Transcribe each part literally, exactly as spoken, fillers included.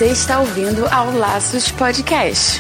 Você está ouvindo ao Laços Podcast.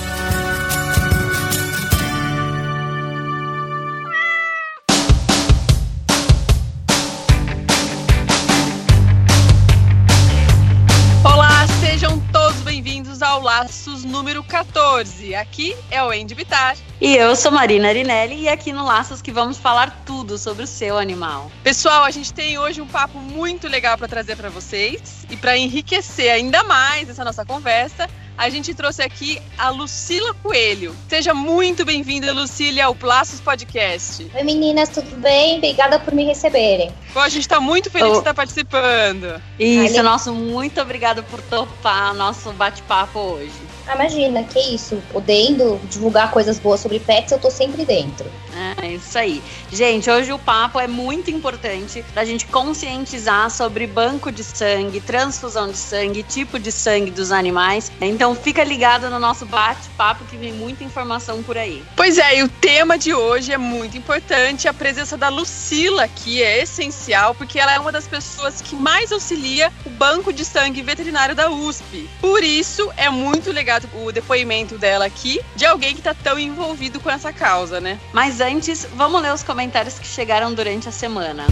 Olá, sejam todos bem-vindos ao Laços número quatorze. Aqui é o Andy Bittar. E eu sou Marina Arinelli e aqui no Laços que vamos falar tudo sobre o seu animal. Pessoal, a gente tem hoje um papo muito legal para trazer para vocês e para enriquecer ainda mais essa nossa conversa, a gente trouxe aqui a Lucila Coelho. Seja muito bem-vinda, Lucília, ao Laços Podcast. Oi, meninas, tudo bem? Obrigada por me receberem. Bom, a gente está muito feliz oh. de estar participando. Isso, Ale... nosso muito obrigado por topar nosso bate-papo hoje. Ah, imagina, que isso, podendo divulgar coisas boas sobre pets, eu tô sempre dentro. É, isso aí. Gente, hoje o papo é muito importante pra gente conscientizar sobre banco de sangue, transfusão de sangue, tipo de sangue dos animais. Então fica ligado no nosso bate-papo que vem muita informação por aí. Pois é, e o tema de hoje é muito importante, a presença da Lucila, que é essencial, porque ela é uma das pessoas que mais auxilia o banco de sangue veterinário da U S P. Por isso, é muito legal o depoimento dela aqui, de alguém que está tão envolvido com essa causa, né? Mas antes, vamos ler os comentários que chegaram durante a semana.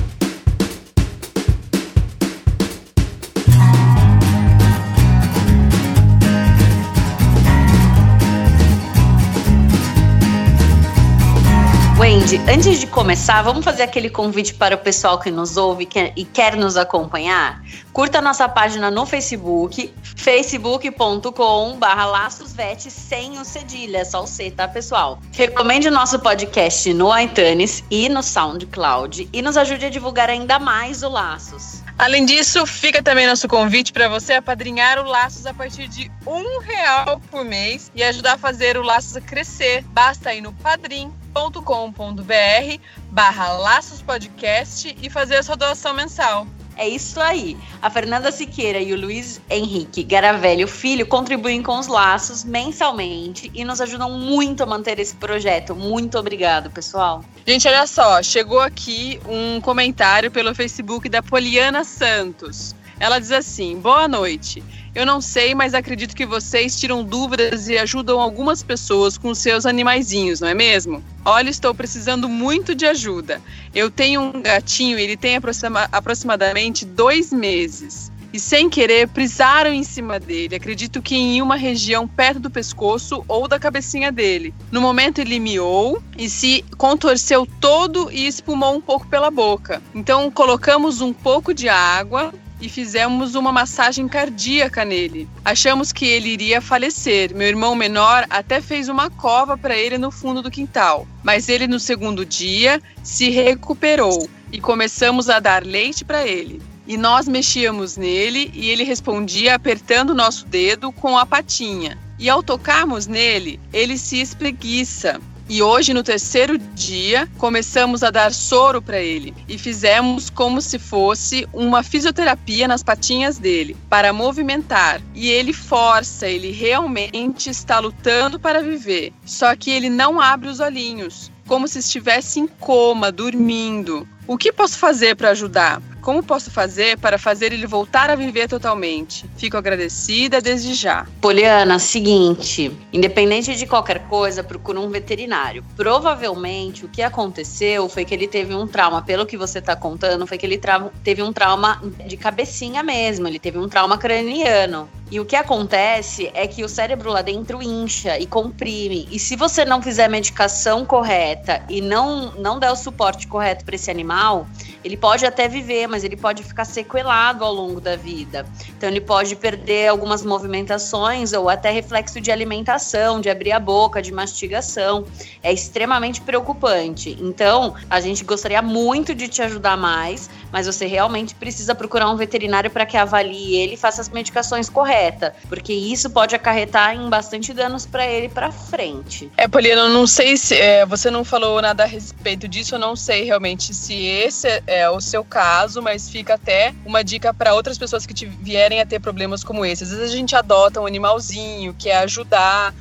Wendy, antes de começar, vamos fazer aquele convite para o pessoal que nos ouve e quer nos acompanhar? Curta a nossa página no Facebook, facebook ponto com barra laçosvet, sem o cedilha, é só o C, tá, pessoal? Recomende o nosso podcast no iTunes e no SoundCloud e nos ajude a divulgar ainda mais o Laços. Além disso, fica também nosso convite para você apadrinhar o Laços a partir de um real por mês e ajudar a fazer o Laços a crescer. Basta ir no padrim ponto com ponto br barra Laços Podcast e fazer a sua doação mensal. É isso aí. A Fernanda Siqueira e o Luiz Henrique Garavelli, o filho, contribuem com os Laços mensalmente e nos ajudam muito a manter esse projeto. Muito obrigado, pessoal. Gente, olha só, chegou aqui um comentário pelo Facebook da Poliana Santos. Ela diz assim: boa noite. Eu não sei, mas acredito que vocês tiram dúvidas e ajudam algumas pessoas com seus animaizinhos, não é mesmo? Olha, estou precisando muito de ajuda. Eu tenho um gatinho e ele tem aproxima- aproximadamente dois meses. E sem querer, pisaram em cima dele. Acredito que em uma região perto do pescoço ou da cabecinha dele. No momento ele miou e se contorceu todo e espumou um pouco pela boca. Então colocamos um pouco de água e fizemos uma massagem cardíaca nele. Achamos que ele iria falecer. Meu irmão menor até fez uma cova para ele no fundo do quintal. Mas ele, no segundo dia, se recuperou e começamos a dar leite para ele. E nós mexíamos nele e ele respondia apertando o nosso dedo com a patinha. E ao tocarmos nele, ele se espreguiça. E hoje, no terceiro dia, começamos a dar soro para ele e fizemos como se fosse uma fisioterapia nas patinhas dele, para movimentar. E ele força, ele realmente está lutando para viver. Só que ele não abre os olhinhos, como se estivesse em coma, dormindo. O que posso fazer para ajudar? Como posso fazer para fazer ele voltar a viver totalmente? Fico agradecida desde já. Poliana, seguinte, independente de qualquer coisa, procura um veterinário. Provavelmente o que aconteceu foi que ele teve um trauma, pelo que você está contando, foi que ele tra- teve um trauma de cabecinha mesmo, ele teve um trauma craniano. E o que acontece é que o cérebro lá dentro incha e comprime. E se você não fizer a medicação correta e não, não der o suporte correto para esse animal, ele pode até viver, mas ele pode ficar sequelado ao longo da vida. Então ele pode perder algumas movimentações ou até reflexo de alimentação, de abrir a boca, de mastigação. É extremamente preocupante. Então a gente gostaria muito de te ajudar mais, mas você realmente precisa procurar um veterinário para que avalie ele e faça as medicações corretas, porque isso pode acarretar em bastante danos para ele para frente. É, Poliana, eu não sei se é, você não falou nada a respeito disso, eu não sei realmente se esse é o seu caso, mas fica até uma dica para outras pessoas que te vierem a ter problemas como esse. Às vezes a gente adota um animalzinho, quer ajudar,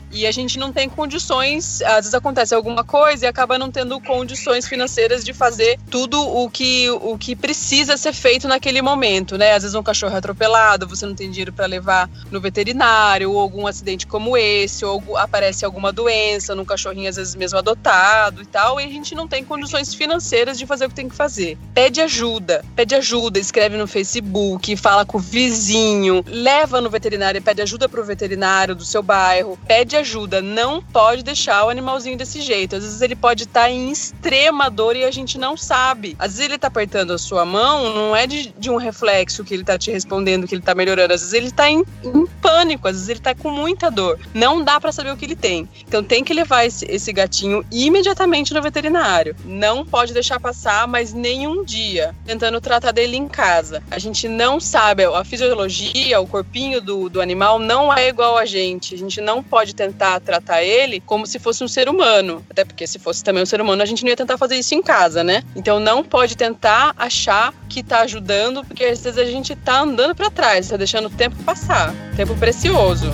e a gente não tem condições, às vezes acontece alguma coisa e acaba não tendo condições financeiras de fazer tudo o que, o que precisa ser feito naquele momento, né? Às vezes um cachorro é atropelado, você não tem dinheiro para levar no veterinário, ou algum acidente como esse, ou aparece alguma doença num cachorrinho às vezes mesmo adotado e tal, e a gente não tem condições financeiras de fazer o que tem que fazer. Pede ajuda, pede ajuda, escreve no Facebook, fala com o vizinho, leva no veterinário e pede ajuda pro veterinário do seu bairro, pede ajuda, não pode deixar o animalzinho desse jeito. Às vezes ele pode estar em extrema dor e a gente não sabe. Às vezes ele tá apertando a sua mão, não é de, de um reflexo que ele tá te respondendo que ele tá melhorando, às vezes ele tá em, em pânico, às vezes ele tá com muita dor. Não dá pra saber o que ele tem. Então tem que levar esse, esse gatinho imediatamente no veterinário. Não pode deixar passar mais nenhum dia tentando tratar dele em casa. A gente não sabe, a fisiologia, o corpinho do, do animal não é igual a gente. A gente não pode tentar tratar ele como se fosse um ser humano. Até porque se fosse também um ser humano, a gente não ia tentar fazer isso em casa, né? Então não pode tentar achar que tá ajudando, porque às vezes a gente tá andando pra trás, tá deixando o tempo passar. Tempo precioso.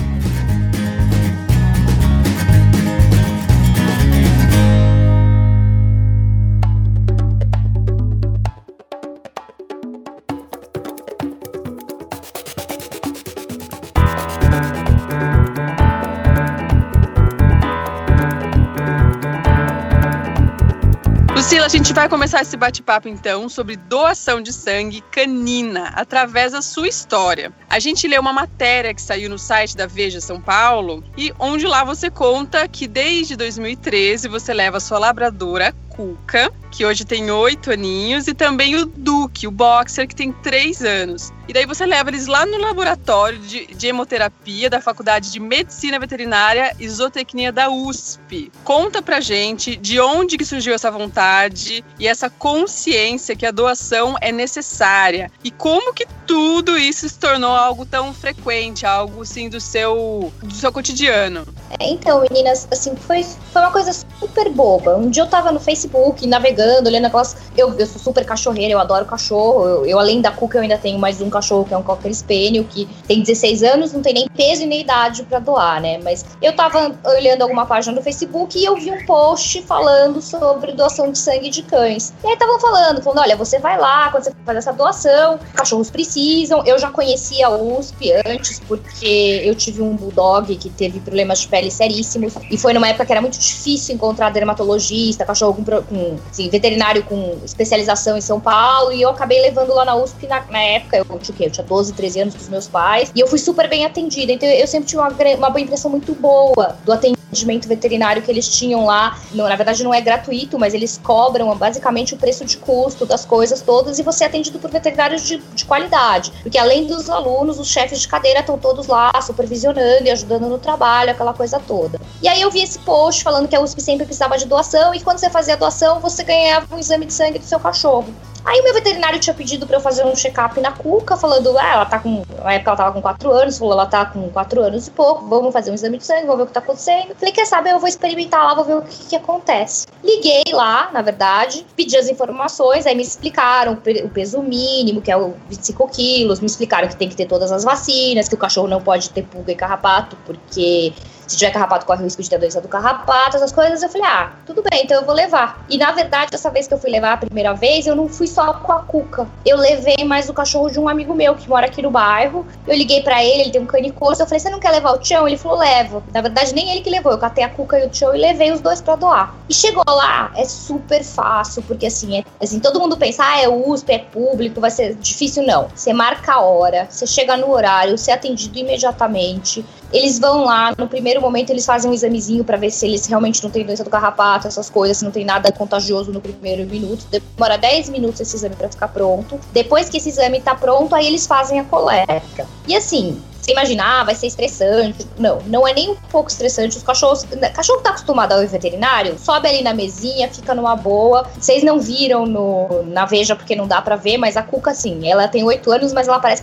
Lucila, a gente vai começar esse bate-papo então sobre doação de sangue canina através da sua história. A gente leu uma matéria que saiu no site da Veja São Paulo e onde lá você conta que desde dois mil e treze você leva a sua labradora Cuca, que hoje tem oito aninhos, e também o Duque, o boxer, que tem três anos. E daí você leva eles lá no laboratório de, de hemoterapia da Faculdade de Medicina Veterinária e Zootecnia da U S P. Conta pra gente de onde que surgiu essa vontade e essa consciência que a doação é necessária. E como que tudo isso se tornou algo tão frequente, algo assim do seu, do seu cotidiano. É, então, meninas, assim, foi, foi uma coisa super boba. Um dia eu tava no Facebook, navegando, olhando aquelas... Eu, eu sou super cachorreira, eu adoro cachorro. Eu, eu além da Cuca, eu ainda tenho mais um cachorro, que é um Cocker Spaniel, que tem dezesseis anos, não tem nem peso e nem idade pra doar, né? Mas eu tava olhando alguma página do Facebook e eu vi um post falando sobre doação de sangue de cães. E aí estavam falando, falando, olha, você vai lá, quando você faz essa doação, cachorros precisam. Eu já conhecia a U S P antes, porque eu tive um bulldog que teve problemas de pele seríssimos, e foi numa época que era muito difícil encontrar dermatologista, cachorro com, com assim, veterinário com especialização em São Paulo, e eu acabei levando lá na U S P na, na época, eu tinha o quê? Eu tinha doze, treze anos com os meus pais, e eu fui super bem atendida, então eu sempre tive uma, uma boa impressão muito boa do atendimento veterinário que eles tinham lá. Não, na verdade não é gratuito, mas eles cobram basicamente o preço de custo das coisas todas, e você é atendido por veterinários de, de qualidade, porque além dos alunos, os chefes de cadeira estão todos lá supervisionando e ajudando no trabalho, aquela coisa toda. E aí eu vi esse post falando que a U S P sempre precisava de doação, e quando você fazia a doação, você ganhava um exame de sangue do seu cachorro. Aí o meu veterinário tinha pedido pra eu fazer um check-up na Cuca, falando, ah, ela tá com... Na época ela tava com quatro anos, falou, ela tá com quatro anos e pouco, vamos fazer um exame de sangue, vamos ver o que tá acontecendo. Falei, quer saber, eu vou experimentar lá, vou ver o que que acontece. Liguei lá, na verdade, pedi as informações, aí me explicaram o peso mínimo, que é o vinte e cinco quilos, me explicaram que tem que ter todas as vacinas, que o cachorro não pode ter pulga e carrapato, porque... se tiver carrapato, corre o risco de ter a doença do carrapato, essas coisas. Eu falei, ah, tudo bem, então eu vou levar. E na verdade, dessa vez que eu fui levar a primeira vez, eu não fui só com a Cuca. Eu levei mais o cachorro de um amigo meu que mora aqui no bairro. Eu liguei pra ele, ele tem um canicoso. Eu falei, você não quer levar o Tião? Ele falou, levo. Na verdade, nem ele que levou. Eu catei a Cuca e o Tião e levei os dois pra doar. E chegou lá, é super fácil, porque assim, é, assim todo mundo pensa, ah, é U S P, é público, vai ser difícil. Não. Você marca a hora, você chega no horário, você é atendido imediatamente. Eles vão lá, no primeiro momento eles fazem um examezinho pra ver se eles realmente não têm doença do carrapato, essas coisas, se não tem nada contagioso no primeiro minuto. Demora dez minutos esse exame pra ficar pronto. Depois que esse exame tá pronto, aí eles fazem a coleta. E assim... você imagina, ah, vai ser estressante. Não, não é nem um pouco estressante. Os cachorros... cachorro que tá acostumado ao veterinário, sobe ali na mesinha, fica numa boa. Vocês não viram no, na Veja, porque não dá pra ver, mas a Cuca, assim, ela tem oito anos, mas ela parece que tem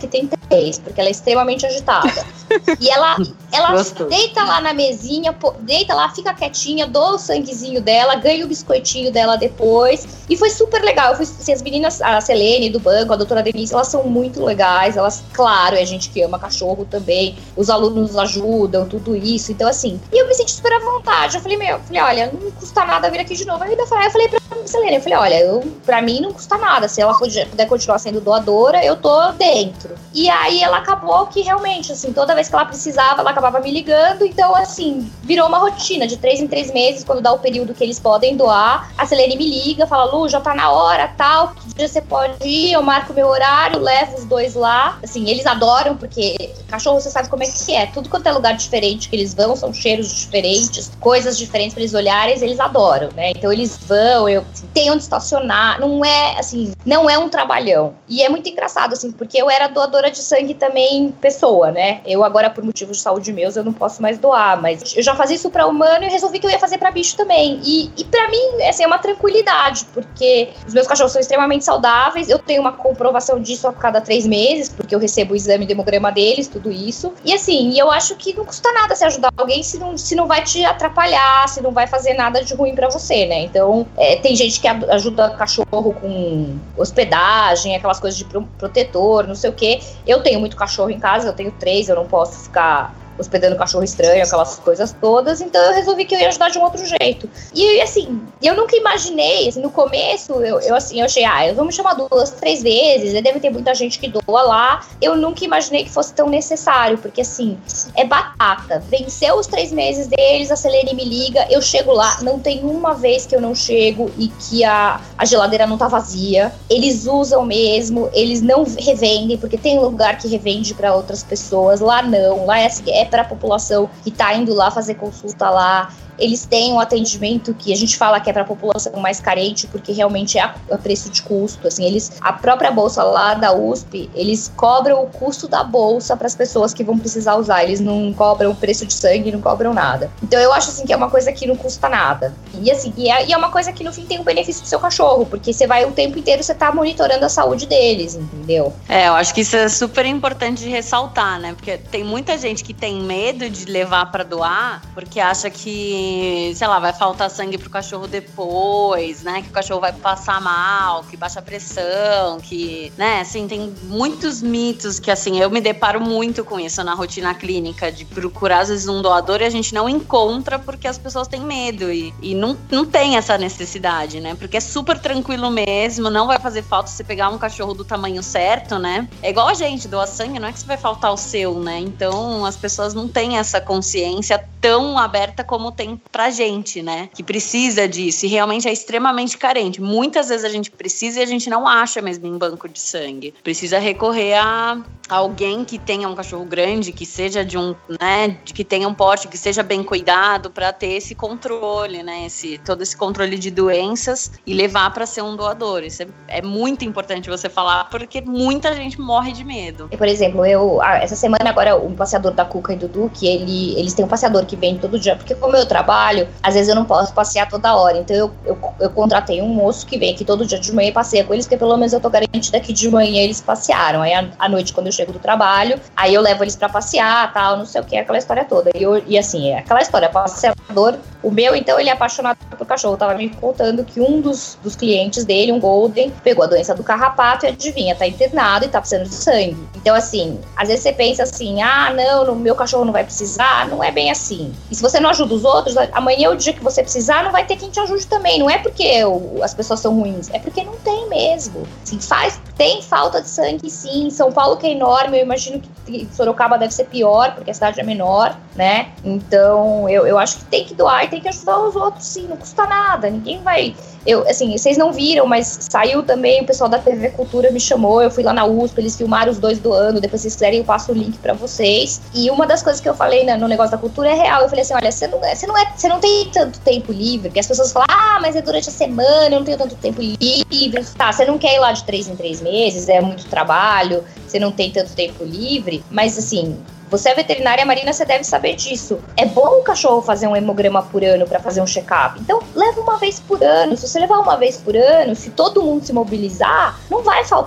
vez, porque ela é extremamente agitada. E ela, ela deita lá na mesinha, pô, deita lá, fica quietinha, dou o sanguezinho dela, ganha o biscoitinho dela depois. E foi super legal. Eu fui, assim, as meninas, a Selene do banco, a doutora Denise, elas são muito legais. Elas, claro, é a gente que ama cachorro também. Os alunos ajudam, tudo isso. Então, assim, e eu me senti super à vontade. Eu falei, meu, eu falei, olha, não custa nada vir aqui de novo. Aí eu falei, eu falei pra Selene, eu falei, olha, eu, pra mim não custa nada. Se ela puder continuar sendo doadora, eu tô dentro. E aí ela acabou que realmente, assim, toda vez que ela precisava, ela acabava me ligando. Então, assim, virou uma rotina. De três em três meses, quando dá o período que eles podem doar, a Selene me liga, fala, Lu, já tá na hora, tal, que dia você pode ir? Eu marco meu horário, levo os dois lá. Assim, eles adoram, porque cachorro, você sabe como é que é. Tudo quanto é lugar diferente que eles vão, são cheiros diferentes, coisas diferentes pra eles olharem, eles adoram, né? Então, eles vão, eu assim, tem onde estacionar. Não é, assim, não é um trabalhão. E é muito engraçado, assim, porque eu era doadora de sangue também, pessoa, né? Eu agora, por motivos de saúde meus, eu não posso mais doar, mas eu já fazia isso pra humano e resolvi que eu ia fazer pra bicho também. E, e pra mim, assim, é uma tranquilidade, porque os meus cachorros são extremamente saudáveis, eu tenho uma comprovação disso a cada três meses, porque eu recebo o exame de hemograma deles, tudo isso. E assim, eu acho que não custa nada se ajudar alguém se não, se não vai te atrapalhar, se não vai fazer nada de ruim pra você, né? Então, é, tem gente que ajuda cachorro com hospedagem, aquelas coisas de protetor, não sei o quê. Eu tenho muito cachorro em casa, eu tenho três, eu não posso ficar hospedando cachorro estranho, aquelas coisas todas, então eu resolvi que eu ia ajudar de um outro jeito. E assim, eu nunca imaginei, assim, no começo, eu, eu assim, eu achei, ah, eu vou me chamar duas, três vezes, deve ter muita gente que doa lá. Eu nunca imaginei que fosse tão necessário, porque assim, é batata. Venceu os três meses deles, a Selene me liga, eu chego lá, não tem uma vez que eu não chego e que a, a geladeira não tá vazia. Eles usam mesmo, eles não revendem, porque tem lugar que revende pra outras pessoas, lá não, lá é assim, é para a população que está indo lá fazer consulta lá. Eles têm um atendimento que a gente fala que é para a população mais carente, porque realmente é a, a preço de custo. Assim, eles, a própria bolsa lá da U S P, eles cobram o custo da bolsa para as pessoas que vão precisar usar. Eles não cobram o preço de sangue, não cobram nada. Então eu acho assim que é uma coisa que não custa nada. E assim, e é, e é uma coisa que no fim tem um benefício pro seu cachorro, porque você vai o tempo inteiro, você tá monitorando a saúde deles, entendeu? É, eu acho que isso é super importante de ressaltar, né? Porque tem muita gente que tem medo de levar para doar, porque acha que, sei lá, vai faltar sangue pro cachorro depois, né? Que o cachorro vai passar mal, que baixa a pressão, que, né? Assim, tem muitos mitos que, assim, eu me deparo muito com isso na rotina clínica, de procurar, às vezes, um doador e a gente não encontra porque as pessoas têm medo e, e não, não tem essa necessidade, né? Porque é super tranquilo mesmo, não vai fazer falta você pegar um cachorro do tamanho certo, né? É igual a gente, doa sangue, não é que você vai faltar o seu, né? Então, as pessoas não têm essa consciência tão aberta como tem pra gente, né? Que precisa disso e realmente é extremamente carente. Muitas vezes a gente precisa e a gente não acha mesmo em banco de sangue. Precisa recorrer a alguém que tenha um cachorro grande, que seja de um, né, de que tenha um porte, que seja bem cuidado para ter esse controle, né? Esse, todo esse controle de doenças e levar para ser um doador. Isso é, é muito importante você falar, porque muita gente morre de medo. Por exemplo, eu, essa semana agora, o passeador da Cuca e do Duque, ele, eles têm um passeador que vem todo dia, porque como eu trabalho, às vezes eu não posso passear toda hora, então eu, eu, eu contratei um moço que vem aqui todo dia de manhã e passeia com eles, porque pelo menos eu tô garantida que de manhã eles passearam. Aí à noite, quando eu chego do trabalho, aí eu levo eles pra passear, tal, não sei o que, aquela história toda. E, eu, e assim, é aquela história, passeador, o meu, então, ele é apaixonado por cachorro. Tava me contando que um dos, dos clientes dele, um Golden, pegou a doença do carrapato e adivinha, tá internado e tá precisando de sangue. Então, assim, às vezes você pensa assim, ah, não, o meu cachorro não vai precisar, não é bem assim. E se você não ajuda os outros, amanhã, o dia que você precisar, não vai ter quem te ajude também. Não é porque o, as pessoas são ruins, é porque não tem mesmo. Assim, faz, tem falta de sangue, sim. São Paulo, que é enorme, eu imagino que Sorocaba deve ser pior, porque a cidade é menor, né? Então, eu, eu acho que tem que doar e tem que ajudar os outros, sim. Não custa nada, ninguém vai... Eu, assim, vocês não viram, mas saiu também, o pessoal da T V Cultura me chamou, eu fui lá na U S P, eles filmaram os dois doando, depois se vocês quiserem eu passo o link pra vocês. E uma das coisas que eu falei, né, no negócio da cultura é real, eu falei assim, olha, você não, você, não é, você não tem tanto tempo livre, porque as pessoas falam, ah, mas é durante a semana, eu não tenho tanto tempo livre. Tá, você não quer ir lá de três em três meses, é muito trabalho, você não tem tanto tempo livre, mas assim... Você é veterinária, Marina, você deve saber disso. É bom o cachorro fazer um hemograma por ano para fazer um check-up. Então, leva uma vez por ano. Se você levar uma vez por ano, se todo mundo se mobilizar, não vai faltar.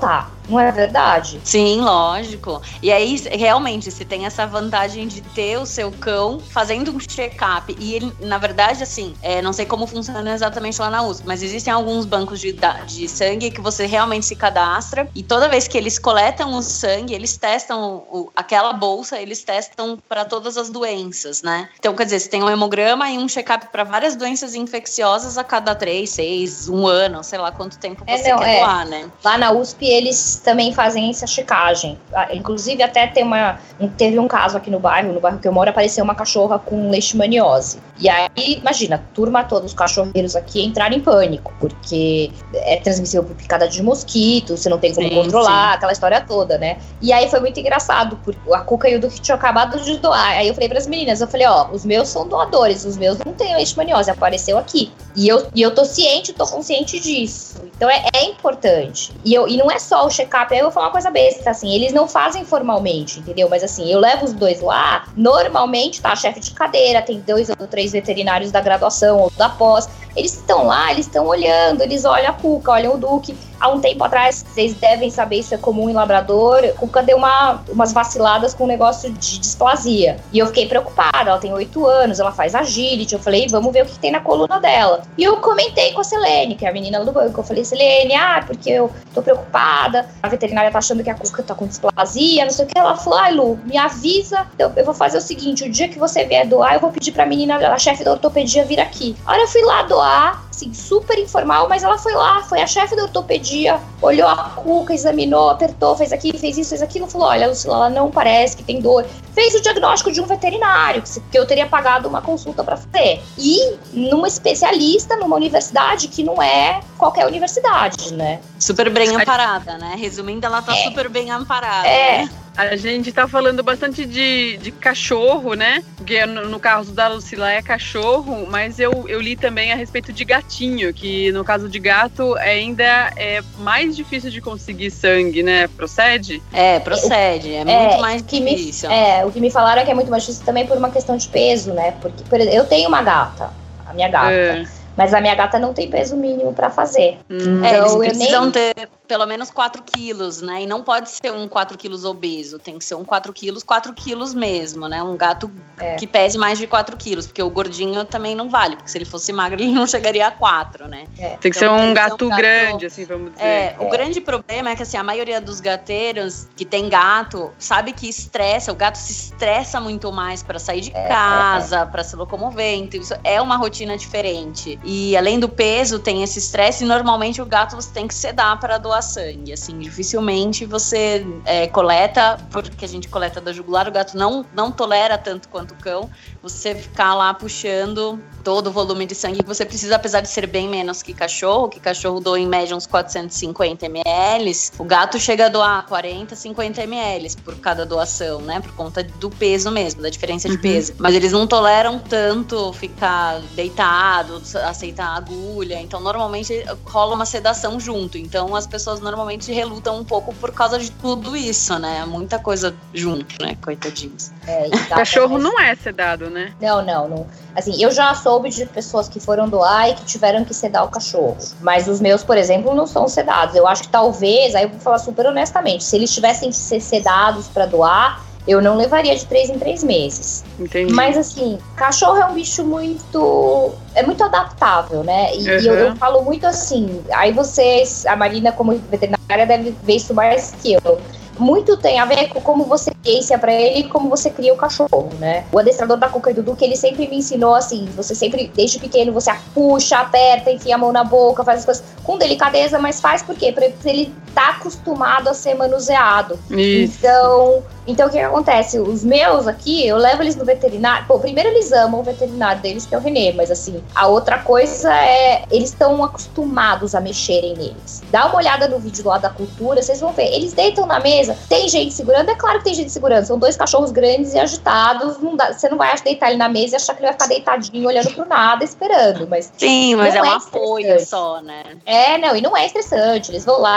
Não é verdade? Sim, lógico. E aí, realmente, você tem essa vantagem de ter o seu cão fazendo um check-up. E ele, na verdade, assim, é, não sei como funciona exatamente lá na U S P, mas existem alguns bancos de, de sangue que você realmente se cadastra. E toda vez que eles coletam o sangue, eles testam o, aquela bolsa, eles testam para todas as doenças, né? Então, quer dizer, você tem um hemograma e um check-up para várias doenças infecciosas a cada três, seis, um ano, sei lá quanto tempo você é, não, quer é. doar, né? Lá na U S P, eles também fazem essa checagem. Inclusive, até tem uma, teve um caso aqui no bairro, no bairro que eu moro, apareceu uma cachorra com leishmaniose. E aí, imagina, turma toda, os cachorreiros aqui entraram em pânico, porque é transmissível por picada de mosquito, você não tem como sim, controlar, sim. aquela história toda, né? E aí foi muito engraçado, porque a Cuca e o Duque tinham acabado de doar. Aí eu falei pras meninas, eu falei, ó, os meus são doadores, os meus não têm leishmaniose, apareceu aqui. E eu, e eu tô ciente, tô consciente disso. Então é, é importante. E, eu, e não é só o check-up, aí eu vou falar uma coisa besta, assim, eles não fazem formalmente, entendeu? Mas assim, eu levo os dois lá, normalmente tá chefe de cadeira, tem dois ou três veterinários da graduação ou da pós, eles estão lá, eles estão olhando, eles olham a Cuca, olham o Duque. Há um tempo atrás, vocês devem saber, isso é comum em labrador, a Cuca deu uma, umas vaciladas com um negócio de displasia. E eu fiquei preocupada, ela tem oito anos, ela faz agility, eu falei, vamos ver o que tem na coluna dela. E eu comentei com a Selene, que é a menina do banco, eu falei, Selene, ah, porque eu tô preocupada, a veterinária tá achando que a Cuca tá com displasia, não sei o que. Ela falou, ai Lu, me avisa, eu, eu vou fazer o seguinte, o dia que você vier doar, eu vou pedir pra menina, a chefe da ortopedia vir aqui. Aí eu fui lá doar, assim, super informal, mas ela foi lá, foi a chefe da ortopedia, olhou a Cuca, examinou, apertou, fez aquilo, fez isso, fez aquilo, falou, olha, Lucila, ela não parece que tem dor. Fez o diagnóstico de um veterinário, que eu teria pagado uma consulta pra fazer. E numa especialista, numa universidade que não é qualquer universidade, né? Super bem amparada, né? Resumindo, ela tá é. super bem amparada, é. né? A gente tá falando bastante de, de cachorro, né? Porque no, no caso da Lucila é cachorro, mas eu, eu li também a respeito de gatinho, que no caso de gato ainda é mais difícil de conseguir sangue, né? Procede? É, procede. É, é muito mais que difícil. Me, é, o que me falaram é que é muito mais difícil também por uma questão de peso, né? Porque, por exemplo, eu tenho uma gata, a minha gata. É. Mas a minha gata não tem peso mínimo pra fazer. Hum. Então, é, eles precisam nem... ter pelo menos quatro quilos, né? E não pode ser um quatro quilos obeso. Tem que ser um quatro quilos, quatro quilos mesmo, né? Um gato é. que pese mais de quatro quilos. Porque o gordinho também não vale. Porque se ele fosse magro, ele não chegaria a quatro, né? É. Tem que então, ser um, gato, ser um gato grande, assim, vamos dizer. É, é. O grande problema é que, assim, a maioria dos gateiros que tem gato, sabe que estressa. O gato se estressa muito mais pra sair de é, casa, é, é. pra se locomover. Então, isso é uma rotina diferente. E, além do peso, tem esse estresse. E, normalmente, o gato você tem que sedar para doar sangue, assim, dificilmente você é, coleta, porque a gente coleta da jugular, o gato não, não tolera tanto quanto o cão, você ficar lá puxando todo o volume de sangue que você precisa, apesar de ser bem menos que cachorro, que cachorro doa em média uns quatrocentos e cinquenta mililitros, o gato chega a doar quarenta, cinquenta mililitros por cada doação, né, por conta do peso mesmo, da diferença de uhum. peso, mas eles não toleram tanto ficar deitado, aceitar agulha, então normalmente rola uma sedação junto, então as pessoas normalmente relutam um pouco por causa de tudo isso, né? Muita coisa junto, né? Coitadinhos. É, cachorro não é sedado, né? Não, não, não. Assim, eu já soube de pessoas que foram doar e que tiveram que sedar o cachorro. Mas os meus, por exemplo, não são sedados. Eu acho que talvez, aí eu vou falar super honestamente, se eles tivessem que ser sedados para doar, eu não levaria de três em três meses. Entendi. Mas assim, cachorro é um bicho muito... É muito adaptável, né? E, uhum. e eu, eu falo muito assim... Aí vocês, a Marina como veterinária deve ver isso mais que eu. Muito tem a ver com como você cria pra ele e como você cria o cachorro, né? O adestrador da Cuca e do Duque, ele sempre me ensinou assim, você sempre, desde pequeno, você puxa, aperta, enfia a mão na boca, faz as coisas com delicadeza, mas faz por quê? Porque ele tá acostumado a ser manuseado. Isso. Então... Então, o que, que acontece? Os meus aqui, eu levo eles no veterinário. Pô, primeiro eles amam o veterinário deles, que é o Renê, mas assim, a outra coisa é, eles estão acostumados a mexerem neles. Dá uma olhada no vídeo lá da cultura, vocês vão ver. Eles deitam na mesa, tem gente segurando, é claro que tem gente segurando. São dois cachorros grandes e agitados, não dá, você não vai deitar ele na mesa e achar que ele vai ficar deitadinho, olhando pro nada, esperando. Mas sim, mas é um apoio só, né? É, não, e não é estressante. Eles vão lá, eles deitam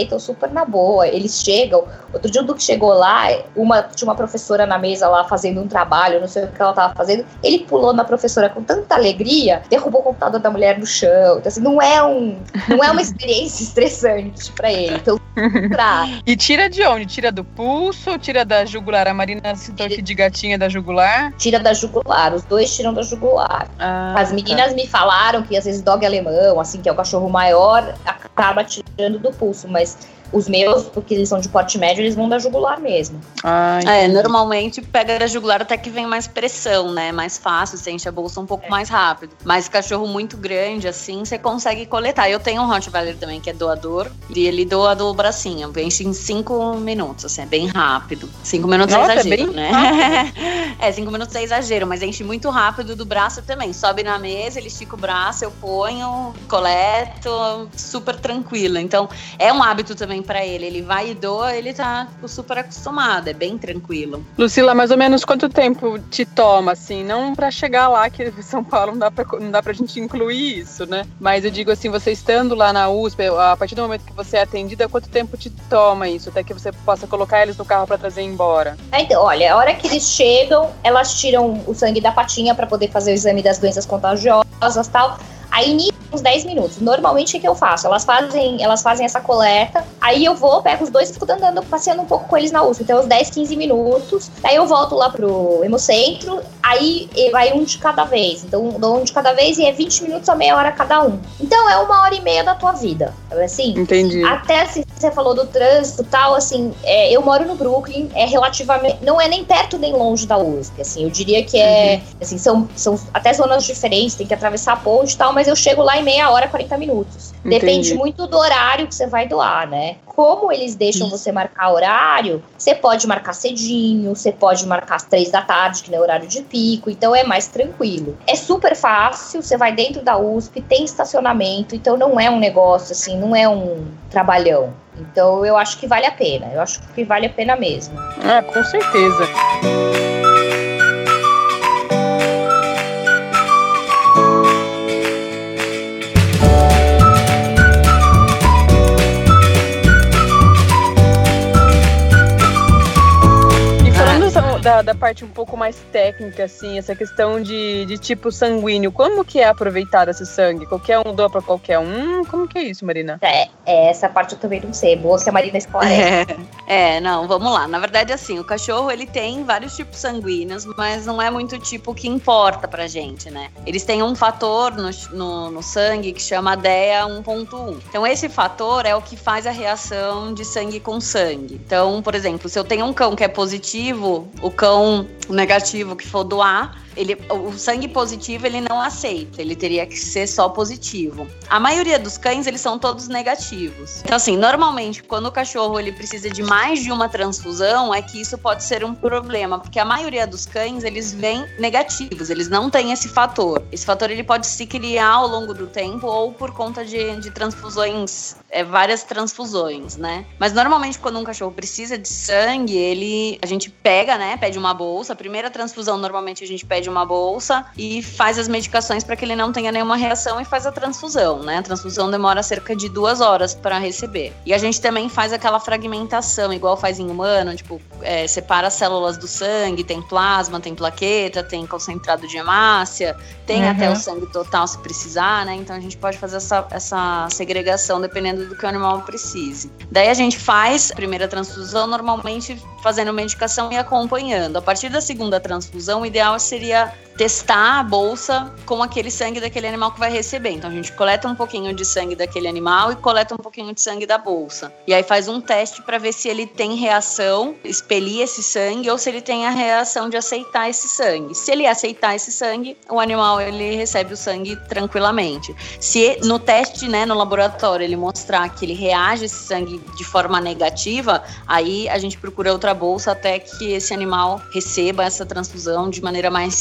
aceitam super na boa. Eles chegam. Outro dia o Duque chegou lá, uma, tinha uma professora na mesa lá fazendo um trabalho, não sei o que ela tava fazendo. Ele pulou na professora com tanta alegria, derrubou o computador da mulher no chão. Então, assim, não é, um, não é uma experiência estressante pra ele. Então, pra... E tira de onde? Tira do pulso? Tira da jugular? A Marina citou aqui de gatinha da jugular? Tira da jugular, os dois tiram da jugular. Ah, As meninas tá. me falaram que às vezes dog alemão, assim, que é o cachorro maior, acaba tirando do pulso, mas os meus, porque eles são de porte médio, eles vão da jugular mesmo. Ah, é, normalmente pega da jugular até que vem mais pressão, né? Mais fácil, você enche a bolsa um pouco é. mais rápido. Mas cachorro muito grande, assim, você consegue coletar. Eu tenho um Rottweiler também, que é doador, e ele doa do bracinho. Enche em cinco minutos, assim, é bem rápido. Cinco minutos Nossa, é exagero, é né? É, cinco minutos é exagero, mas enche muito rápido do braço também. Sobe na mesa, ele estica o braço, eu ponho, coleto, super tranquilo. Então, é um hábito também pra ele, ele vai e doa, ele tá tipo, super acostumado, é bem tranquilo. Lucila, mais ou menos quanto tempo te toma, assim, não pra chegar lá, que em São Paulo não dá pra, não dá pra gente incluir isso, né, mas eu digo assim, você estando lá na U S P, a partir do momento que você é atendida, quanto tempo te toma isso, até que você possa colocar eles no carro pra trazer embora? Então, olha, a hora que eles chegam, elas tiram o sangue da patinha pra poder fazer o exame das doenças contagiosas e tal. Aí, nisso, uns dez minutos. Normalmente, o que eu faço? Elas fazem, elas fazem essa coleta, aí eu vou, pego os dois e fico andando, passeando um pouco com eles na U S P. Então, uns dez, quinze minutos. Daí eu volto lá pro Hemocentro, aí vai um de cada vez. Então, dou um de cada vez e é vinte minutos a meia hora cada um. Então, é uma hora e meia da tua vida. Assim, entendi. Até, assim, você falou do trânsito e tal, assim, é, eu moro no Brooklyn, é relativamente, não é nem perto nem longe da U S P, assim, eu diria que é, uhum. assim, são, são até zonas diferentes, tem que atravessar a ponte e tal, mas eu chego lá em meia hora, quarenta minutos. Entendi. Depende muito do horário que você vai doar, né? Como eles deixam você marcar horário, você pode marcar cedinho, você pode marcar às três da tarde, que não é horário de pico, então é mais tranquilo. É super fácil, você vai dentro da U S P, tem estacionamento, então não é um negócio assim, não é um trabalhão. Então eu acho que vale a pena, eu acho que vale a pena mesmo. Ah, com certeza. Da, da parte um pouco mais técnica, assim, essa questão de, de tipo sanguíneo, como que é aproveitado esse sangue? Qualquer um doa pra qualquer um? Como que é isso, Marina? É, é essa parte eu também não sei, boa que a Marina esclarece. É, é, não, vamos lá. Na verdade, assim, o cachorro, ele tem vários tipos sanguíneos, mas não é muito tipo que importa pra gente, né? Eles têm um fator no, no, no sangue que chama D E A um ponto um. Então, esse fator é o que faz a reação de sangue com sangue. Então, por exemplo, se eu tenho um cão que é positivo, o cão negativo que for doar, ele, o sangue positivo ele não aceita, ele teria que ser só positivo. A maioria dos cães, eles são todos negativos. Então, assim, normalmente, quando o cachorro ele precisa de mais de uma transfusão, é que isso pode ser um problema, porque a maioria dos cães, eles vêm negativos, eles não têm esse fator. Esse fator, ele pode se criar ao longo do tempo ou por conta de, de transfusões, é, várias transfusões, né? Mas, normalmente, quando um cachorro precisa de sangue, ele, a gente pega, né, pede uma bolsa. A primeira transfusão, normalmente, a gente pede uma bolsa e faz as medicações para que ele não tenha nenhuma reação e faz a transfusão, né? A transfusão demora cerca de duas horas para receber. E a gente também faz aquela fragmentação, igual faz em humano, tipo, é, separa as células do sangue, tem plasma, tem plaqueta, tem concentrado de hemácia, tem uhum. até o sangue total se precisar, né? Então a gente pode fazer essa, essa segregação dependendo do que o animal precise. Daí a gente faz a primeira transfusão, normalmente fazendo medicação e acompanhando. A partir da segunda transfusão, o ideal seria testar a bolsa com aquele sangue daquele animal que vai receber. Então a gente coleta um pouquinho de sangue daquele animal e coleta um pouquinho de sangue da bolsa. E aí faz um teste para ver se ele tem reação, expelir esse sangue, ou se ele tem a reação de aceitar esse sangue. Se ele aceitar esse sangue, o animal ele recebe o sangue tranquilamente. Se no teste, né, no laboratório, ele mostrar que ele reage a esse sangue de forma negativa, aí a gente procura outra bolsa até que esse animal receba essa transfusão de maneira mais segura possível.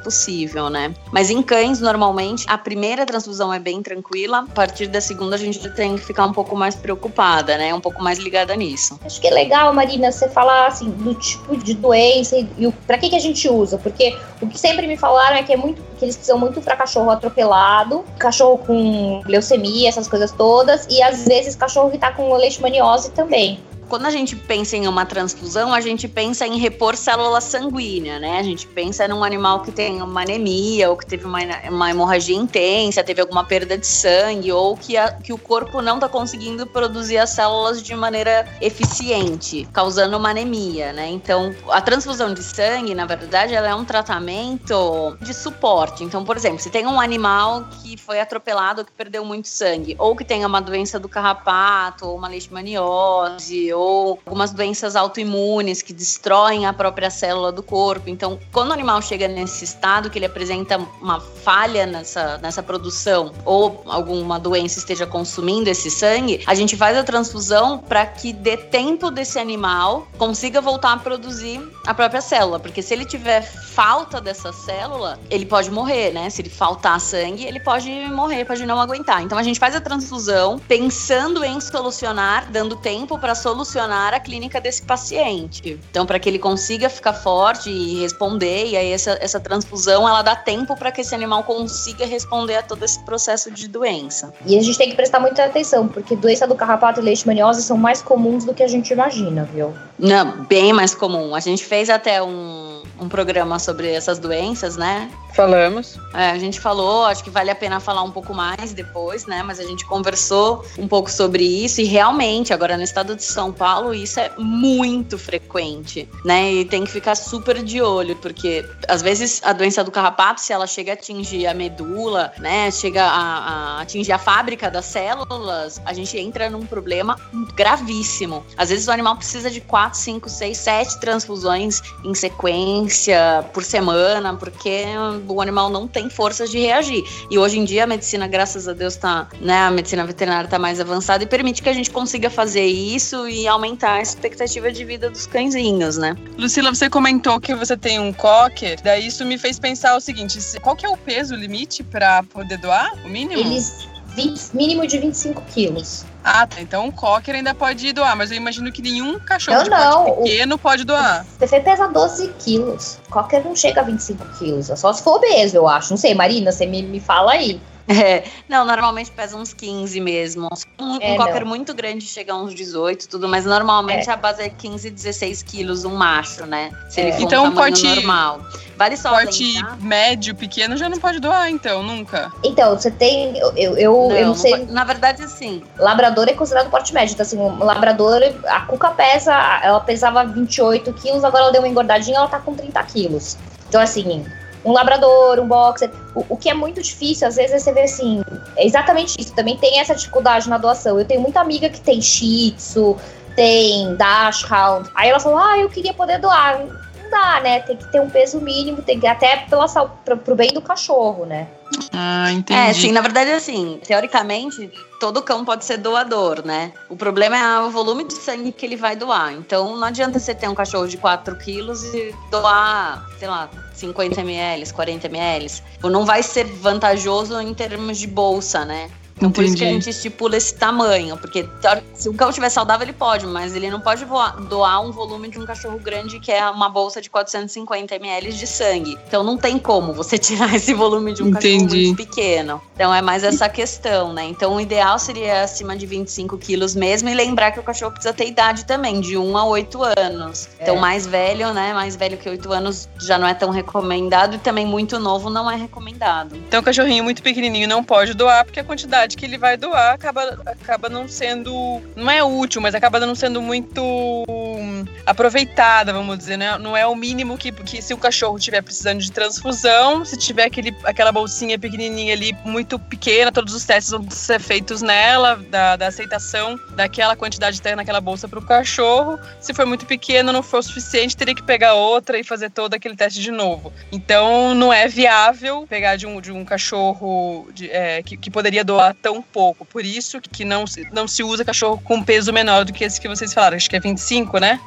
possível, né? Mas em cães, normalmente, a primeira transfusão é bem tranquila. A partir da segunda, a gente tem que ficar um pouco mais preocupada, né? Um pouco mais ligada nisso. Acho que é legal, Marina, você falar, assim, do tipo de doença e, e o, pra que que a gente usa. Porque o que sempre me falaram é que, é muito, que eles precisam muito pra cachorro atropelado, cachorro com leucemia, essas coisas todas. E, às vezes, cachorro que tá com leishmaniose também. Quando a gente pensa em uma transfusão, a gente pensa em repor célula sanguínea, né? A gente pensa num animal que tem uma anemia, ou que teve uma, uma hemorragia intensa, teve alguma perda de sangue, ou que, a, que o corpo não está conseguindo produzir as células de maneira eficiente, causando uma anemia, né? Então, a transfusão de sangue, na verdade, ela é um tratamento de suporte. Então, por exemplo, se tem um animal que foi atropelado, que perdeu muito sangue, ou que tem uma doença do carrapato, ou uma leishmaniose, ou algumas doenças autoimunes que destroem a própria célula do corpo. Então, quando o animal chega nesse estado, que ele apresenta uma falha nessa, nessa produção, ou alguma doença esteja consumindo esse sangue, a gente faz a transfusão para que dê tempo desse animal consiga voltar a produzir a própria célula, porque se ele tiver falta dessa célula, ele pode morrer, né? Se ele faltar sangue, ele pode morrer, pode não aguentar. Então, a gente faz a transfusão pensando em solucionar, dando tempo para solucionar a clínica desse paciente. Então, para que ele consiga ficar forte e responder, e aí essa, essa transfusão, ela dá tempo para que esse animal consiga responder a todo esse processo de doença. E a gente tem que prestar muita atenção, porque doença do carrapato e leishmaniose são mais comuns do que a gente imagina, viu? Não, bem mais comum. A gente fez até um, um programa sobre essas doenças, né? Falamos. É, a gente falou, acho que vale a pena falar um pouco mais depois, né? Mas a gente conversou um pouco sobre isso e realmente, agora no estado de São Paulo, isso é muito frequente, né? E tem que ficar super de olho, porque às vezes a doença do carrapato, se ela chega a atingir a medula, né? Chega a, a atingir a fábrica das células, a gente entra num problema gravíssimo. Às vezes o animal precisa de quatro, cinco, seis, sete transfusões em sequência por semana, porque o animal não tem forças de reagir. E hoje em dia a medicina, graças a Deus, tá, né, a medicina veterinária está mais avançada e permite que a gente consiga fazer isso e aumentar a expectativa de vida dos cãezinhos, né? Lucila, você comentou que você tem um cocker, daí isso me fez pensar o seguinte, qual que é o peso limite para poder doar? O mínimo? Eles, vinte, mínimo de vinte e cinco quilos. Ah, tá. Então o cocker ainda pode doar, mas eu imagino que nenhum cachorro não, de não, porte pequeno o, pode doar. O T F pesa doze quilos. Cocker não chega a vinte e cinco quilos. É só se for obeso, eu acho. Não sei, Marina, você me, me fala aí. É, não, normalmente pesa uns quinze mesmo. Um, é, um cocker muito grande chega a uns dezoito, tudo, mas normalmente é. a base é quinze, dezesseis quilos um macho, né? Se é. ele for então, um tamanho porte, normal. Vale só porte lembrar. médio, pequeno já não pode doar, então, nunca. Então, você tem. Eu, eu, eu não, eu não sei. Não, na verdade, sim. Labrador é considerado porte médio. Então, assim, o labrador, a Cuca pesa, ela pesava vinte e oito quilos, agora ela deu uma engordadinha, ela tá com trinta quilos. Então, assim. Um labrador, um boxer, o, o que é muito difícil, às vezes você vê assim, é exatamente isso, também tem essa dificuldade na doação. Eu tenho muita amiga que tem Shih Tzu, tem Dachshund, aí ela falou, ah, eu queria poder doar. Não dá, né, tem que ter um peso mínimo, tem que até pela, pro, pro bem do cachorro, né. Ah, entendi. É, sim, na verdade, assim, teoricamente, todo cão pode ser doador, né? O problema é o volume de sangue que ele vai doar. Então, não adianta você ter um cachorro de quatro quilos e doar, sei lá, cinquenta mililitros, quarenta mililitros. Não vai ser vantajoso em termos de bolsa, né? Então, por isso que a gente estipula esse tamanho, porque se o cão estiver saudável, ele pode, mas ele não pode doar um volume de um cachorro grande, que é uma bolsa de quatrocentos e cinquenta mililitros de sangue. Então, não tem como você tirar esse volume de um Entendi. cachorro muito pequeno. Então, é mais essa questão, né? Então, o ideal seria acima de vinte e cinco quilos mesmo, e lembrar que o cachorro precisa ter idade também, de um a oito anos. É. Então, mais velho, né? Mais velho que oito anos já não é tão recomendado, e também muito novo não é recomendado. Então, o cachorrinho muito pequenininho não pode doar, porque a quantidade que ele vai doar acaba, acaba não sendo, não é útil, mas acaba não sendo muito aproveitada, vamos dizer, né? Não é o mínimo que, que se o cachorro estiver precisando de transfusão, se tiver aquele, aquela bolsinha pequenininha ali, muito pequena, todos os testes vão ser feitos nela, da, da aceitação daquela quantidade de terra naquela bolsa para o cachorro. Se for muito pequeno, não for o suficiente, teria que pegar outra e fazer todo aquele teste de novo. Então, não é viável pegar de um, de um cachorro de, é, que, que poderia doar tão pouco. Por isso que não, não se usa cachorro com peso menor do que esse que vocês falaram. Acho que é vinte e cinco, né?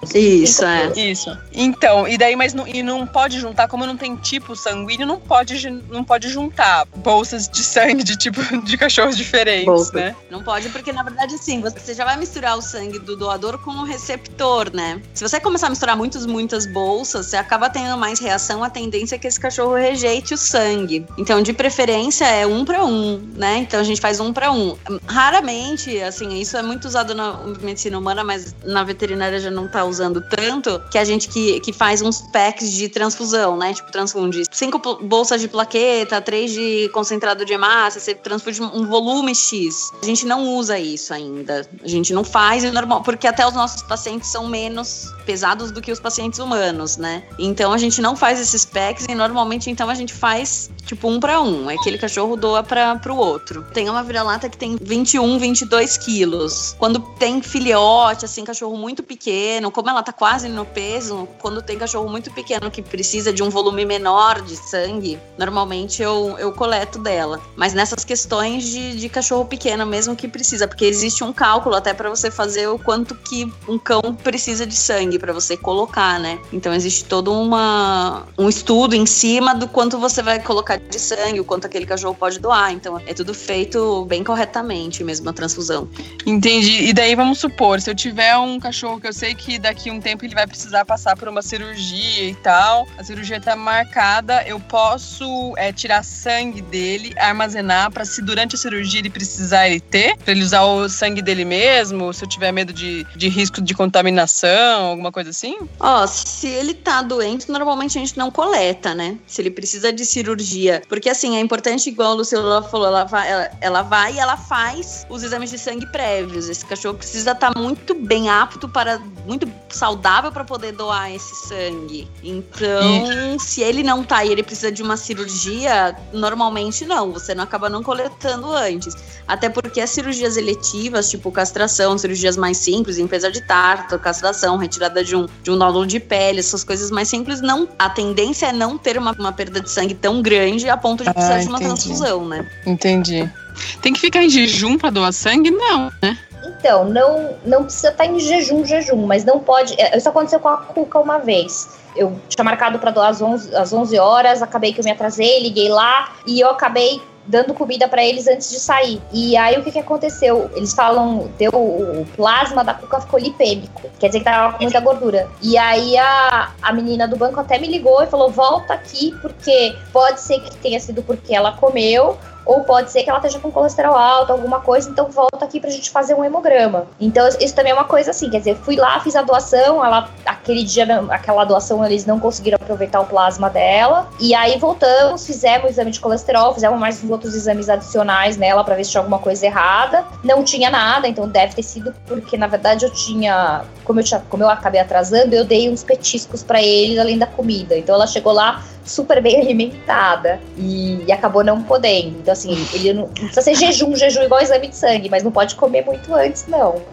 Isso, é. Isso. Então, e daí, mas não, e não pode juntar, como não tem tipo sanguíneo, não pode, não pode juntar bolsas de sangue de tipo de cachorros diferentes, Bolsa. né? Não pode, porque na verdade, sim, você já vai misturar o sangue do doador com o receptor, né? Se você começar a misturar muitas, muitas bolsas, você acaba tendo mais reação, a tendência é que esse cachorro rejeite o sangue. Então, de preferência, é um para um, né? Então, a gente faz um para um. Raramente, assim, isso é muito usado na medicina humana, mas na veterinária já não tá usando tanto, que a gente que, que faz uns packs de transfusão, né? Tipo, transfunde cinco bolsas de plaqueta, três de concentrado de hemácia, você transfunde um volume X. A gente não usa isso ainda. A gente não faz, é normal, porque até os nossos pacientes são menos pesados do que os pacientes humanos, né? Então, a gente não faz esses packs e normalmente, então, a gente faz, tipo, um para um. É aquele cachorro doa para pro outro. Tem uma vira-lata que tem vinte e um, vinte e dois quilos. Quando tem filhote, assim, cachorro muito pequeno, como ela tá quase no peso, quando tem cachorro muito pequeno que precisa de um volume menor de sangue, normalmente eu, eu coleto dela. Mas nessas questões de, de cachorro pequeno mesmo que precisa, porque existe um cálculo até para você fazer o quanto que um cão precisa de sangue para você colocar, né? Então existe todo uma, um estudo em cima do quanto você vai colocar de sangue, o quanto aquele cachorro pode doar. Então é tudo feito bem corretamente mesmo a transfusão. Entendi. E daí vamos supor, se eu tiver um cachorro que eu sei que daqui a um tempo ele vai precisar passar por uma cirurgia e tal, a cirurgia tá marcada, eu posso é, tirar sangue dele, armazenar para se durante a cirurgia ele precisar ele ter, para ele usar o sangue dele mesmo, se eu tiver medo de, de risco de contaminação, alguma coisa assim? Ó, se ele tá doente, normalmente a gente não coleta, né? Se ele precisa de cirurgia. Porque assim, é importante, igual a Lucila falou, ela vai, ela, ela vai e ela faz os exames de sangue prévios. Esse cachorro precisa estar tá muito bem apto para, muito saudável para poder doar esse sangue. Então, e... se ele não tá e ele precisa de uma cirurgia, normalmente não, você não acaba não coletando antes. Até porque as cirurgias eletivas, tipo castração, cirurgias mais simples, limpeza de tártaro, castração, retirada de um, de um nódulo de pele, essas coisas mais simples, não, a tendência é não ter uma, uma perda de sangue tão grande a ponto de ah, precisar de uma transfusão, né? Entendi. Tem que ficar em jejum para doar sangue? Não, né? Então, não, não precisa estar em jejum, jejum, mas não pode... Isso aconteceu com a Cuca uma vez. Eu tinha marcado para doar às onze, às onze horas, acabei que eu me atrasei, liguei lá e eu acabei dando comida para eles antes de sair. E aí o que que aconteceu? Eles falam, deu o plasma da Cuca ficou lipêmico, quer dizer que tava com muita gordura. E aí a, a menina do banco até me ligou e falou, volta aqui, porque pode ser que tenha sido porque ela comeu, ou pode ser que ela esteja com colesterol alto, alguma coisa, então volta aqui pra gente fazer um hemograma. Então isso também é uma coisa assim, quer dizer, fui lá, fiz a doação, ela, aquele dia, aquela doação, eles não conseguiram aproveitar o plasma dela, e aí voltamos, fizemos o exame de colesterol, fizemos mais uns outros exames adicionais nela pra ver se tinha alguma coisa errada, não tinha nada, então deve ter sido porque, na verdade, eu tinha, como eu, tinha, como eu acabei atrasando, eu dei uns petiscos pra eles, além da comida, então ela chegou lá super bem alimentada e, e acabou não podendo. Então, assim, ele não, não precisa ser jejum, jejum igual exame de sangue, mas não pode comer muito antes, não.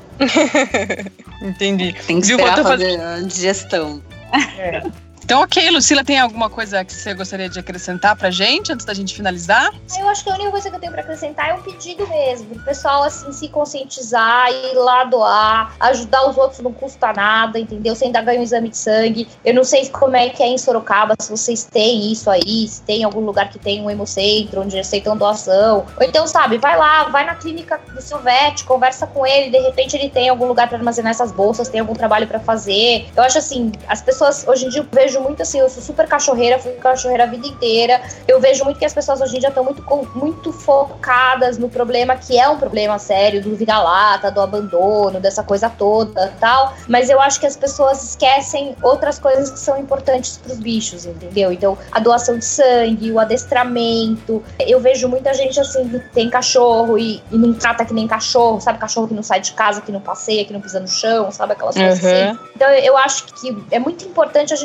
Entendi. Tem que esperar fazer a digestão. É. Então, ok, Lucila, tem alguma coisa que você gostaria de acrescentar pra gente, antes da gente finalizar? Eu acho que a única coisa que eu tenho pra acrescentar é um pedido mesmo, o pessoal, assim, se conscientizar, ir lá doar, ajudar os outros não custa nada, entendeu? Você ainda ganha um exame de sangue. Eu não sei como é que é em Sorocaba, se vocês têm isso aí, se tem algum lugar que tem um hemocentro, onde aceitam doação. Ou então, sabe, vai lá, vai na clínica do seu vet, conversa com ele, de repente ele tem algum lugar pra armazenar essas bolsas, tem algum trabalho pra fazer. Eu acho assim, as pessoas, hoje em dia, eu vejo muito assim, eu sou super cachorreira, fui cachorreira a vida inteira, eu vejo muito que as pessoas hoje em dia estão muito, muito focadas no problema, que é um problema sério, do vira-lata, do abandono, dessa coisa toda tal, mas eu acho que as pessoas esquecem outras coisas que são importantes para os bichos, entendeu? Então, a doação de sangue, o adestramento, eu vejo muita gente assim, que tem cachorro e, e não trata que nem cachorro, sabe? Cachorro que não sai de casa, que não passeia, que não pisa no chão, sabe? Aquelas coisas uhum. assim. Então, eu acho que é muito importante a gente conscientizar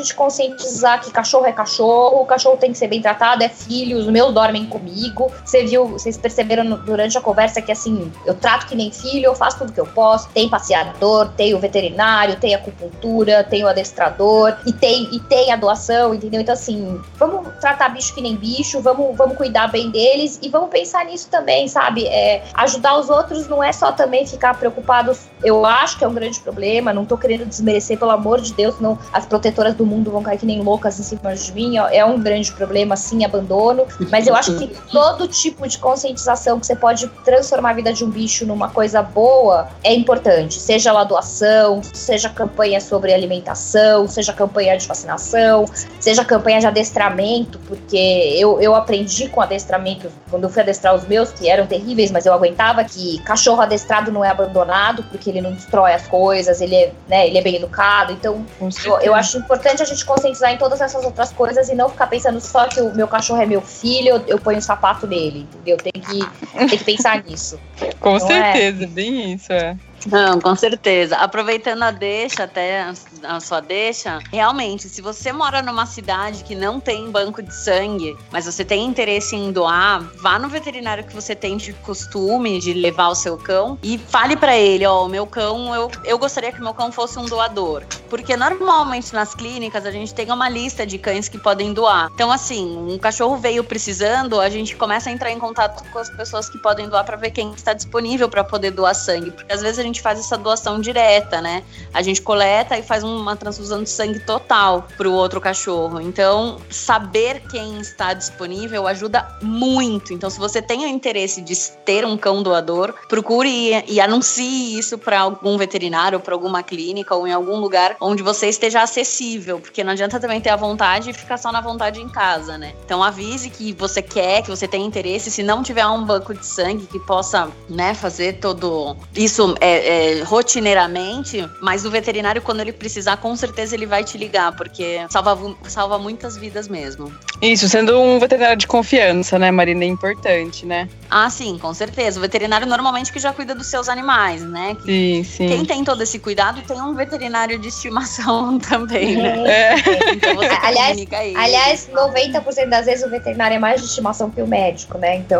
conscientizar que cachorro é cachorro, o cachorro tem que ser bem tratado, é filho, os meus dormem comigo. Você viu, vocês perceberam durante a conversa que assim, eu trato que nem filho, eu faço tudo que eu posso. Tem passeador, tem o veterinário, tem acupuntura, tem o adestrador e tem, e tem a doação, entendeu? Então assim, vamos tratar bicho que nem bicho, vamos, vamos cuidar bem deles e vamos pensar nisso também, sabe? É, ajudar os outros não é só também ficar preocupados. Eu acho que é um grande problema, não tô querendo desmerecer, pelo amor de Deus, senão as protetoras do mundo vão cair que nem loucas em cima de mim. É um grande problema, sim, abandono, mas eu acho que todo tipo de conscientização que você pode transformar a vida de um bicho numa coisa boa é importante, seja lá doação, seja campanha sobre alimentação, seja campanha de vacinação, seja campanha de adestramento, porque eu, eu aprendi com adestramento, quando eu fui adestrar os meus, que eram terríveis, mas eu aguentava, que cachorro adestrado não é abandonado, porque ele não destrói as coisas, ele é, né, ele é bem educado, então eu, eu acho importante a gente conscientizar em todas essas outras coisas e não ficar pensando só que o meu cachorro é meu filho, eu, eu ponho um sapato nele, entendeu? Tem que, tem que pensar nisso. Com não certeza, é? bem isso, é. Não, com certeza. Aproveitando a deixa, até a sua deixa, realmente, se você mora numa cidade que não tem banco de sangue, mas você tem interesse em doar, vá no veterinário que você tem de costume de levar o seu cão e fale pra ele, ó, o meu cão, eu, eu gostaria que o meu cão fosse um doador. Porque normalmente nas clínicas a gente tem uma lista de cães que podem doar. Então, assim, um cachorro veio precisando, a gente começa a entrar em contato com as pessoas que podem doar pra ver quem está disponível pra poder doar sangue. Porque às vezes a gente faz essa doação direta, né? A gente coleta e faz uma transfusão de sangue total pro outro cachorro. Então, saber quem está disponível ajuda muito. Então, se você tem o interesse de ter um cão doador, procure e, e anuncie isso para algum veterinário, para alguma clínica ou em algum lugar onde você esteja acessível, porque não adianta também ter a vontade e ficar só na vontade em casa, né? Então, avise que você quer, que você tem interesse. Se não tiver um banco de sangue que possa, né, fazer todo isso é, é, rotineiramente, mas o veterinário, quando ele precisar, com certeza ele vai te ligar, porque salva, salva muitas vidas mesmo. Isso, sendo um veterinário de confiança, né, Marina? É importante, né? Ah, sim, com certeza. O veterinário normalmente que já cuida dos seus animais, né? Sim, sim. Quem tem todo esse cuidado tem um veterinário de estimação também, né? É. Então você aliás, comunica ele. aliás, noventa por cento das vezes o veterinário é mais de estimação que o médico, né? Então...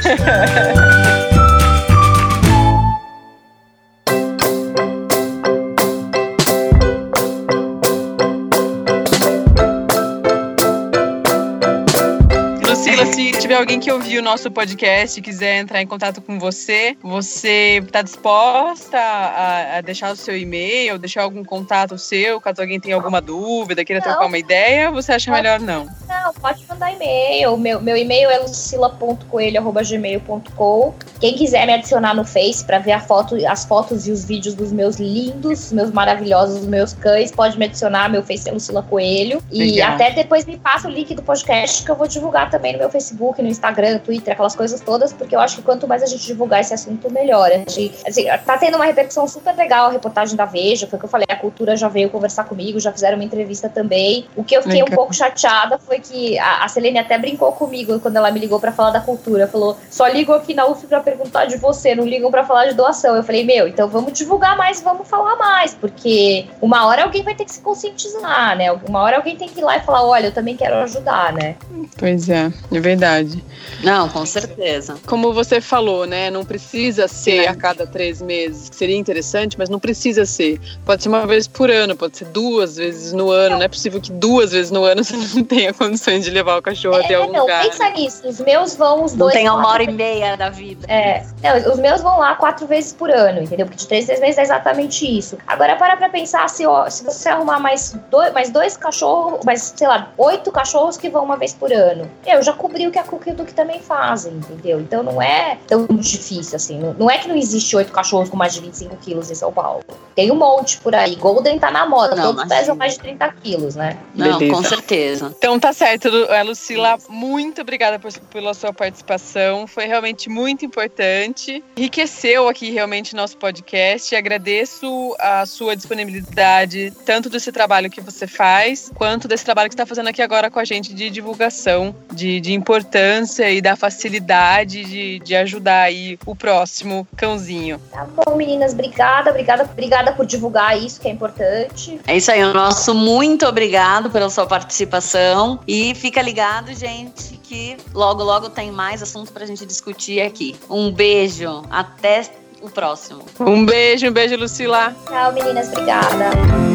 Se tiver alguém que ouviu o nosso podcast e quiser entrar em contato com você, você está disposta a, a deixar o seu e-mail, deixar algum contato seu, caso alguém tenha alguma dúvida, queira não. trocar uma ideia, ou você acha pode, melhor não? Não, pode mandar e-mail. Meu, meu e-mail é lucila ponto coelho arroba gmail ponto com. Quem quiser me adicionar no Face para ver a foto, as fotos e os vídeos dos meus lindos, meus maravilhosos, meus cães, pode me adicionar. Meu Face é Lucila Coelho. E Legal. Até depois me passa o link do podcast que eu vou divulgar também no meu Facebook, no Instagram, Twitter, aquelas coisas todas, porque eu acho que quanto mais a gente divulgar esse assunto, melhor. A gente, assim, tá tendo uma repercussão super legal a reportagem da Veja, foi o que eu falei, a Cultura já veio conversar comigo, já fizeram uma entrevista também. O que eu fiquei Legal. um pouco chateada foi que a, a Selene até brincou comigo quando ela me ligou pra falar da Cultura, falou, só ligam aqui na U F pra perguntar de você, não ligam pra falar de doação. Eu falei, meu, então vamos divulgar mais, vamos falar mais, porque uma hora alguém vai ter que se conscientizar, né? Uma hora alguém tem que ir lá e falar, olha, eu também quero ajudar, né? Pois é, é verdade. Não, com certeza. Como você falou, né? Não precisa ser Sim. a cada três meses, que seria interessante, mas não precisa ser. Pode ser uma vez por ano, pode ser duas vezes no ano. Não é possível que duas vezes no ano você não tenha condições de levar o cachorro é, até algum não, lugar. Não, pensa nisso. Os meus vão os não dois... Não tem uma hora e meia da vida. É. Não, os meus vão lá quatro vezes por ano, entendeu? Porque de três, três meses é exatamente isso. Agora, para pra pensar, se, ó, se você arrumar mais dois, mais dois cachorros, mais, sei lá, oito cachorros que vão uma vez por ano. Eu já cobri o que a Cookie e o Duque também fazem, entendeu? Então não é tão difícil assim. Não, não é que não existe oito cachorros com mais de vinte e cinco quilos em São Paulo. Tem um monte por aí. Golden tá na moda, não, todos pesam mais de trinta quilos, né? Não, Beleza. Com certeza. Então tá certo, Lucila. Muito obrigada por, pela sua participação. Foi realmente muito importante. Enriqueceu aqui realmente nosso podcast. Agradeço a sua disponibilidade, tanto desse trabalho que você faz, quanto desse trabalho que você está fazendo aqui agora com a gente de divulgação, de, de importância tolerância e da facilidade de, de ajudar aí o próximo cãozinho. Tá bom, meninas, obrigada, obrigada, obrigada por divulgar isso, que é importante. É isso aí, o nosso muito obrigado pela sua participação e fica ligado, gente, que logo, logo tem mais assuntos pra gente discutir aqui. Um beijo, até o próximo. Um beijo, um beijo, Lucila. Tchau, meninas, obrigada.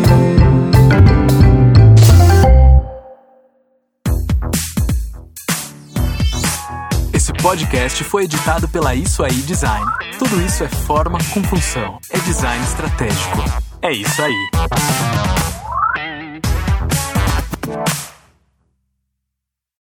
Esse podcast foi editado pela Isso Aí Design. Tudo isso é forma com função. É design estratégico. É isso aí.